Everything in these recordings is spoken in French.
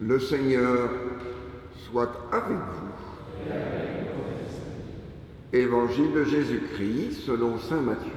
Le Seigneur soit avec vous. Évangile de Jésus-Christ selon saint Matthieu.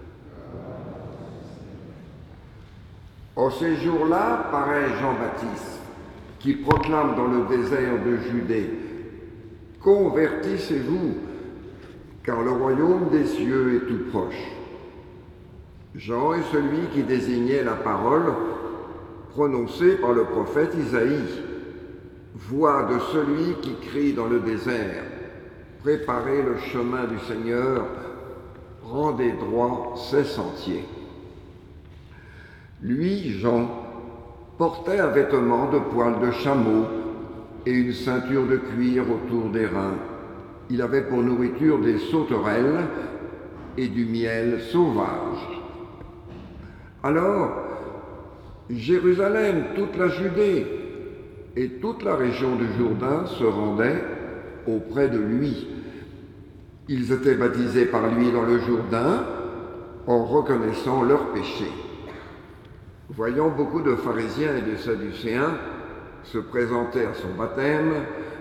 En ces jours-là, paraît Jean-Baptiste, qui proclame dans le désert de Judée: « Convertissez-vous, car le royaume des cieux est tout proche. » Jean est celui qui désignait la parole prononcée par le prophète Isaïe. Voix de celui qui crie dans le désert: « Préparez le chemin du Seigneur, rendez droit ses sentiers. » Lui, Jean, portait un vêtement de poil de chameau et une ceinture de cuir autour des reins. Il avait pour nourriture des sauterelles et du miel sauvage. Alors, Jérusalem, toute la Judée et toute la région du Jourdain se rendaient auprès de lui. Ils étaient baptisés par lui dans le Jourdain en reconnaissant leurs péchés. Voyant beaucoup de pharisiens et de sadducéens se présenter à son baptême,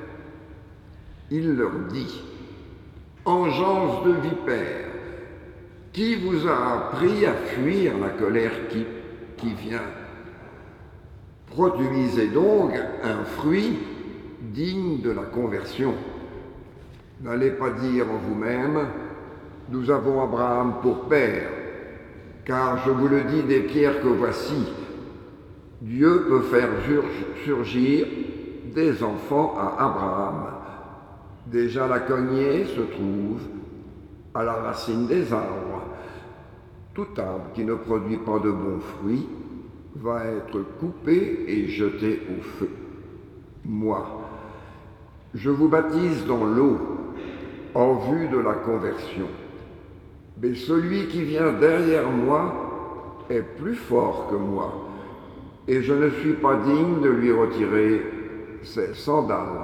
il leur dit: « Engeance de vipères, qui vous a appris à fuir la colère qui vient? Produisez donc un fruit digne de la conversion. N'allez pas dire en vous-même: nous avons Abraham pour père, car je vous le dis des pierres que voici, Dieu peut faire surgir des enfants à Abraham. Déjà la cognée se trouve à la racine des arbres. Tout arbre qui ne produit pas de bons fruits va être coupé et jeté au feu. Moi, je vous baptise dans l'eau en vue de la conversion. Mais celui qui vient derrière moi est plus fort que moi, et je ne suis pas digne de lui retirer ses sandales.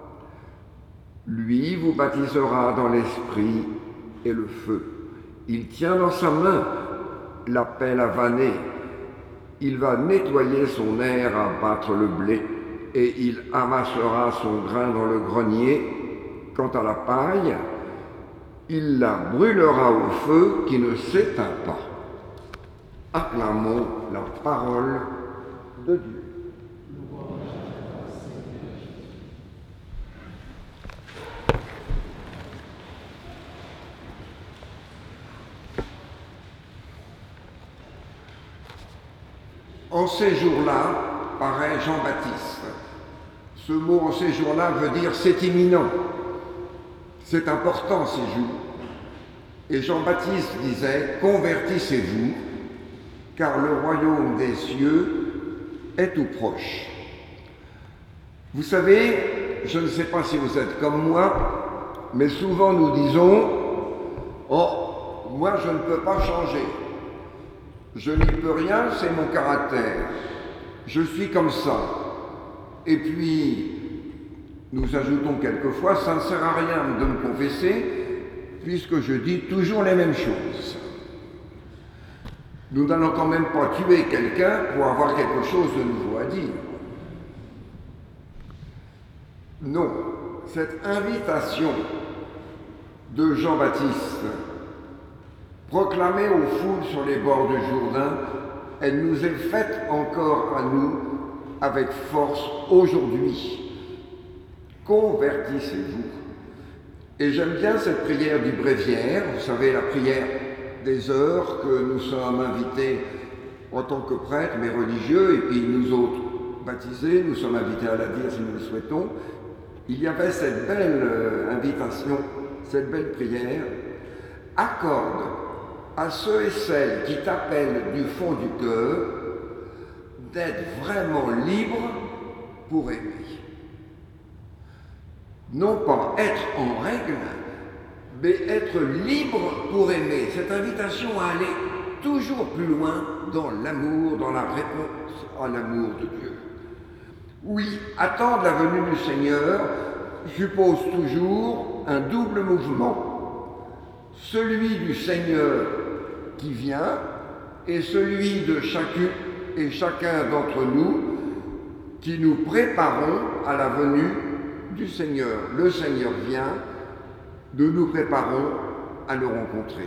Lui vous baptisera dans l'esprit et le feu. Il tient dans sa main la pelle à vanner. Il va nettoyer son aire à battre le blé, et il amassera son grain dans le grenier. Quant à la paille, il la brûlera au feu qui ne s'éteint pas. » Acclamons la parole de Dieu. En ces jours-là, paraît Jean-Baptiste. Ce mot « en ces jours-là » veut dire « c'est imminent ». C'est important ces jours. Et Jean-Baptiste disait: « Convertissez-vous, car le royaume des cieux est tout proche. » Vous savez, je ne sais pas si vous êtes comme moi, mais souvent nous disons: « Oh, moi je ne peux pas changer. Je n'y peux rien, c'est mon caractère. Je suis comme ça. » Et puis, nous ajoutons quelquefois: « Ça ne sert à rien de me confesser, puisque je dis toujours les mêmes choses. » Nous n'allons quand même pas tuer quelqu'un pour avoir quelque chose de nouveau à dire. Non, cette invitation de Jean-Baptiste, proclamée aux foules sur les bords du Jourdain, elle nous est faite encore à nous avec force aujourd'hui. Convertissez-vous. Et j'aime bien cette prière du bréviaire, vous savez, la prière des heures que nous sommes invités en tant que prêtres, mais religieux, et puis nous autres baptisés, nous sommes invités à la dire si nous le souhaitons. Il y avait cette belle invitation, cette belle prière: « Accorde à ceux et celles qui t'appellent du fond du cœur d'être vraiment libres pour aimer. » Non pas être en règle, mais être libre pour aimer. Cette invitation à aller toujours plus loin dans l'amour, dans la réponse à l'amour de Dieu. Oui, attendre la venue du Seigneur suppose toujours un double mouvement. Celui du Seigneur qui vient et celui de chacune et chacun d'entre nous qui nous préparons à la venue du Seigneur. Le Seigneur vient, nous nous préparons à le rencontrer.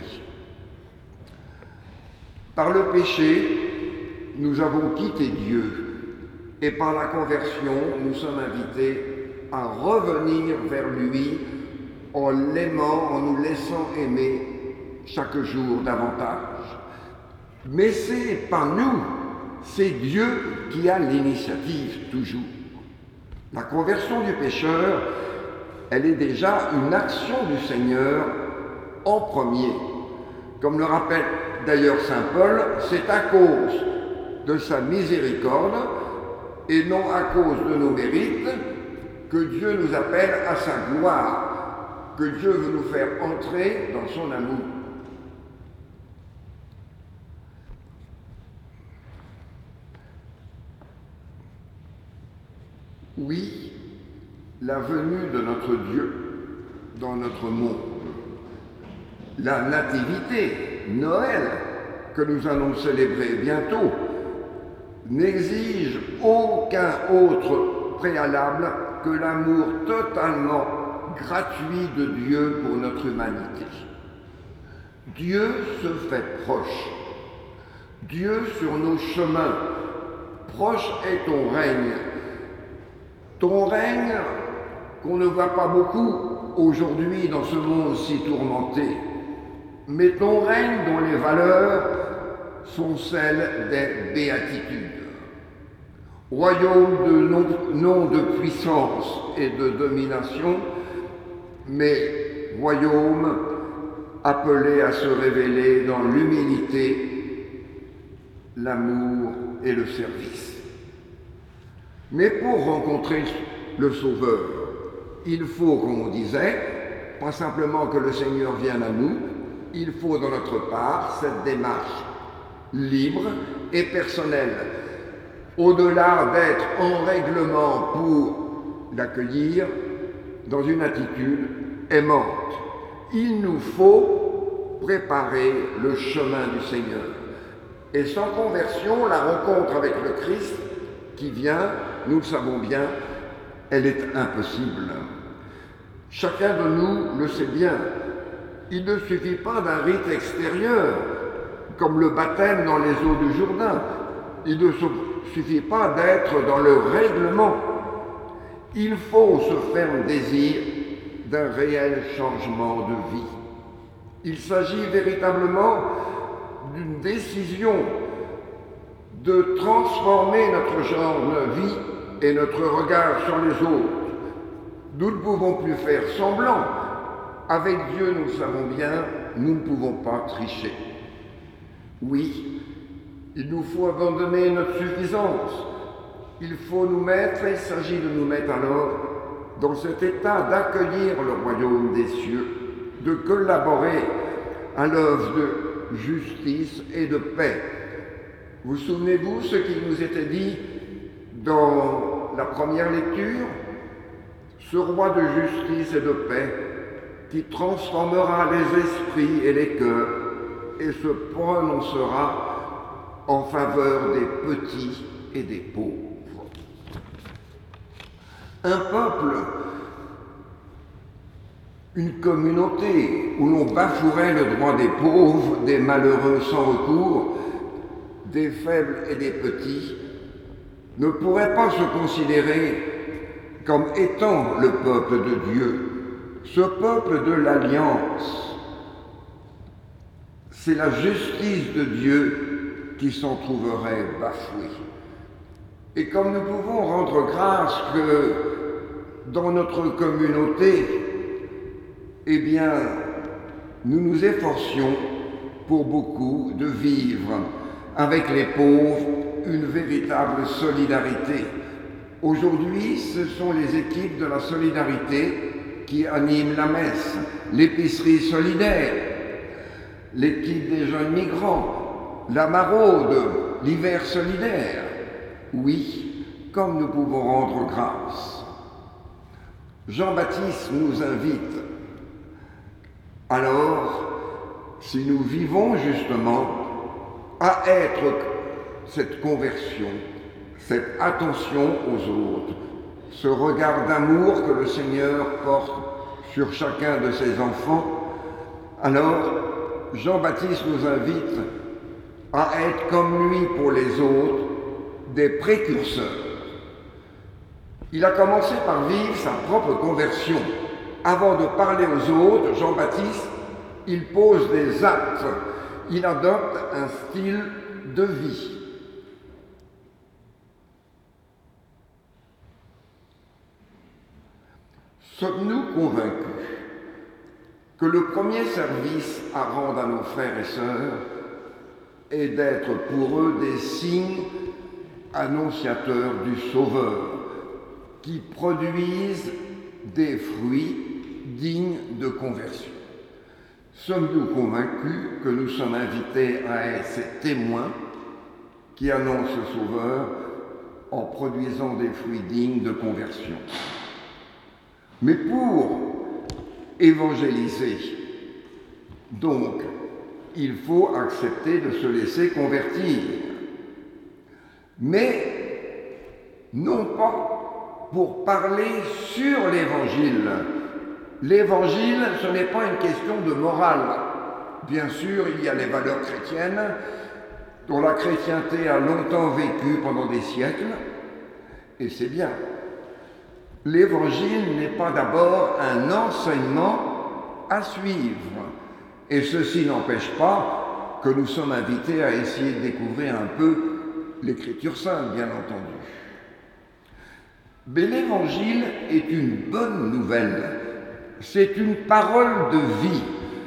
Par le péché, nous avons quitté Dieu et par la conversion, nous sommes invités à revenir vers lui en l'aimant, en nous laissant aimer chaque jour davantage. Mais c'est pas nous, c'est Dieu qui a l'initiative toujours. La conversion du pécheur, elle est déjà une action du Seigneur en premier. Comme le rappelle d'ailleurs saint Paul, c'est à cause de sa miséricorde et non à cause de nos mérites que Dieu nous appelle à sa gloire, que Dieu veut nous faire entrer dans son amour. Oui, la venue de notre Dieu dans notre monde, la nativité, Noël, que nous allons célébrer bientôt, n'exige aucun autre préalable que l'amour totalement gratuit de Dieu pour notre humanité. Dieu se fait proche. Dieu sur nos chemins. Proche est ton règne. Ton règne qu'on ne voit pas beaucoup aujourd'hui dans ce monde si tourmenté, mais ton règne dont les valeurs sont celles des béatitudes. Royaume non de puissance et de domination, mais royaume appelé à se révéler dans l'humilité, l'amour et le service. Mais pour rencontrer le Sauveur, il faut, comme on disait, pas simplement que le Seigneur vienne à nous, il faut dans notre part cette démarche libre et personnelle, au-delà d'être en règlement pour l'accueillir dans une attitude aimante. Il nous faut préparer le chemin du Seigneur. Et sans conversion, la rencontre avec le Christ qui vient, nous le savons bien, elle est impossible. Chacun de nous le sait bien. Il ne suffit pas d'un rite extérieur, comme le baptême dans les eaux du Jourdain. Il ne suffit pas d'être dans le règlement. Il faut se faire désir d'un réel changement de vie. Il s'agit véritablement d'une décision de transformer notre genre de vie et notre regard sur les autres. Nous ne pouvons plus faire semblant. Avec Dieu, nous le savons bien, nous ne pouvons pas tricher. Oui, il nous faut abandonner notre suffisance. Il faut nous mettre, il s'agit de nous mettre alors dans cet état d'accueillir le royaume des cieux, de collaborer à l'œuvre de justice et de paix. Vous souvenez-vous ce qui nous était dit dans la première lecture? Ce roi de justice et de paix qui transformera les esprits et les cœurs et se prononcera en faveur des petits et des pauvres. Un peuple, une communauté où l'on bafouerait le droit des pauvres, des malheureux sans recours, des faibles et des petits, ne pourrait pas se considérer comme étant le peuple de Dieu, ce peuple de l'Alliance. C'est la justice de Dieu qui s'en trouverait bafouée. Et comme nous pouvons rendre grâce que dans notre communauté, eh bien, nous nous efforcions pour beaucoup de vivre avec les pauvres une véritable solidarité. Aujourd'hui, ce sont les équipes de la solidarité qui animent la messe, l'épicerie solidaire, l'équipe des jeunes migrants, la maraude, l'hiver solidaire. Oui, comme nous pouvons rendre grâce. Jean-Baptiste nous invite. Alors, si nous vivons justement à être cette conversion, cette attention aux autres, ce regard d'amour que le Seigneur porte sur chacun de ses enfants, alors Jean-Baptiste nous invite à être comme lui pour les autres, des précurseurs. Il a commencé par vivre sa propre conversion. Avant de parler aux autres, Jean-Baptiste, il pose des actes, il adopte un style de vie. Sommes-nous convaincus que le premier service à rendre à nos frères et sœurs est d'être pour eux des signes annonciateurs du Sauveur, qui produisent des fruits dignes de conversion? Sommes-nous convaincus que nous sommes invités à être ces témoins qui annoncent le Sauveur en produisant des fruits dignes de conversion? Mais pour évangéliser, donc, il faut accepter de se laisser convertir. Mais non pas pour parler sur l'Évangile. L'Évangile, ce n'est pas une question de morale. Bien sûr, il y a les valeurs chrétiennes, dont la chrétienté a longtemps vécu pendant des siècles, et c'est bien. L'Évangile n'est pas d'abord un enseignement à suivre, et ceci n'empêche pas que nous sommes invités à essayer de découvrir un peu l'Écriture sainte, bien entendu. Mais l'Évangile est une bonne nouvelle, c'est une parole de vie.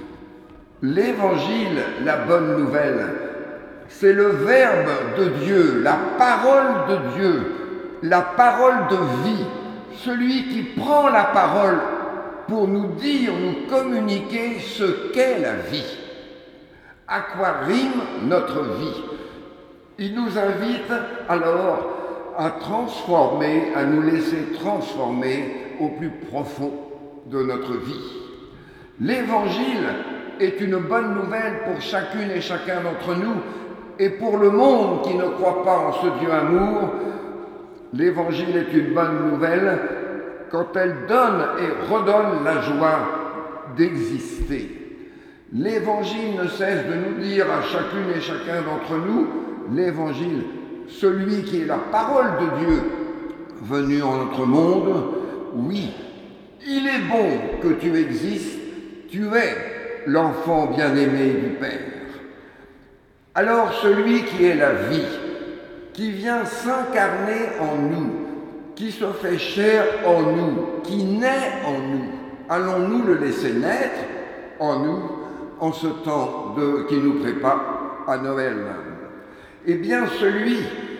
L'Évangile, la bonne nouvelle, c'est le Verbe de Dieu, la parole de Dieu, la parole de vie, celui qui prend la parole pour nous dire, nous communiquer ce qu'est la vie. À quoi rime notre vie? Il nous invite alors à transformer, à nous laisser transformer au plus profond de notre vie. L'Évangile est une bonne nouvelle pour chacune et chacun d'entre nous et pour le monde qui ne croit pas en ce Dieu amour. L'Évangile est une bonne nouvelle quand elle donne et redonne la joie d'exister. L'Évangile ne cesse de nous dire à chacune et chacun d'entre nous, l'Évangile, celui qui est la parole de Dieu venu en notre monde, oui, il est bon que tu existes, tu es l'enfant bien-aimé du Père. Alors celui qui est la vie, qui vient s'incarner en nous, qui se fait chair en nous, qui naît en nous, allons-nous le laisser naître en nous en ce temps qui nous prépare à Noël? Eh bien, celui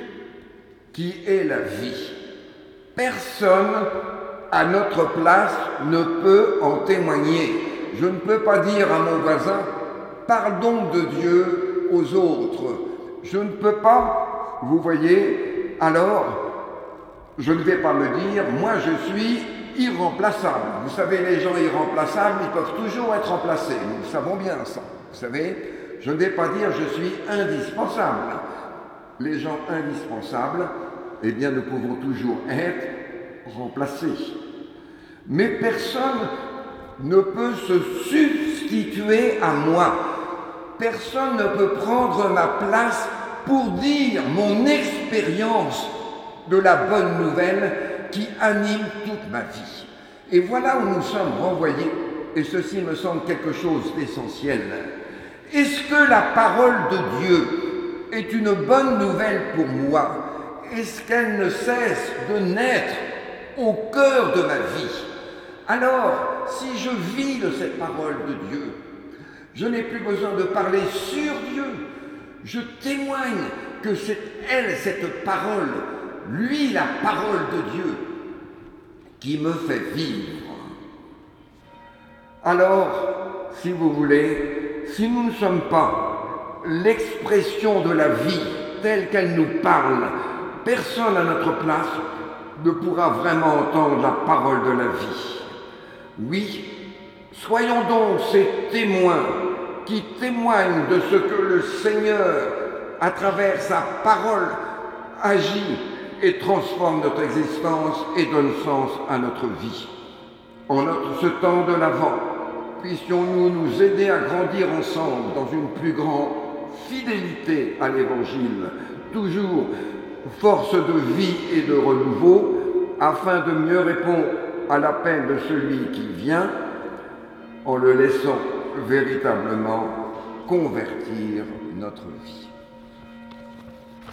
qui est la vie, personne à notre place ne peut en témoigner. Je ne peux pas dire à mon voisin, parle donc de Dieu aux autres. Je ne peux pas, vous voyez, alors je ne vais pas me dire, moi je suis irremplaçable. Vous savez, les gens irremplaçables, ils peuvent toujours être remplacés. Nous savons bien ça. Vous savez, je ne vais pas dire je suis indispensable. Les gens indispensables, eh bien, nous pouvons toujours être remplacés. Mais personne ne peut se substituer à moi. Personne ne peut prendre ma place pour dire mon expérience de la bonne nouvelle qui anime toute ma vie. Et voilà où nous sommes renvoyés, et ceci me semble quelque chose d'essentiel. Est-ce que la parole de Dieu est une bonne nouvelle pour moi? Est-ce qu'elle ne cesse de naître au cœur de ma vie? Alors, si je vis de cette parole de Dieu, je n'ai plus besoin de parler sur Dieu. Je témoigne que c'est elle, cette parole, lui, la parole de Dieu, qui me fait vivre. Alors, si vous voulez, si nous ne sommes pas l'expression de la vie telle qu'elle nous parle, personne à notre place ne pourra vraiment entendre la parole de la vie. Oui, soyons donc ces témoins qui témoignent de ce que le Seigneur, à travers sa parole, agit et transforme notre existence et donne sens à notre vie. En ce temps de l'Avent, puissions-nous nous aider à grandir ensemble dans une plus grande fidélité à l'Évangile, toujours force de vie et de renouveau, afin de mieux répondre à l'appel de celui qui vient, en le laissant véritablement convertir notre vie.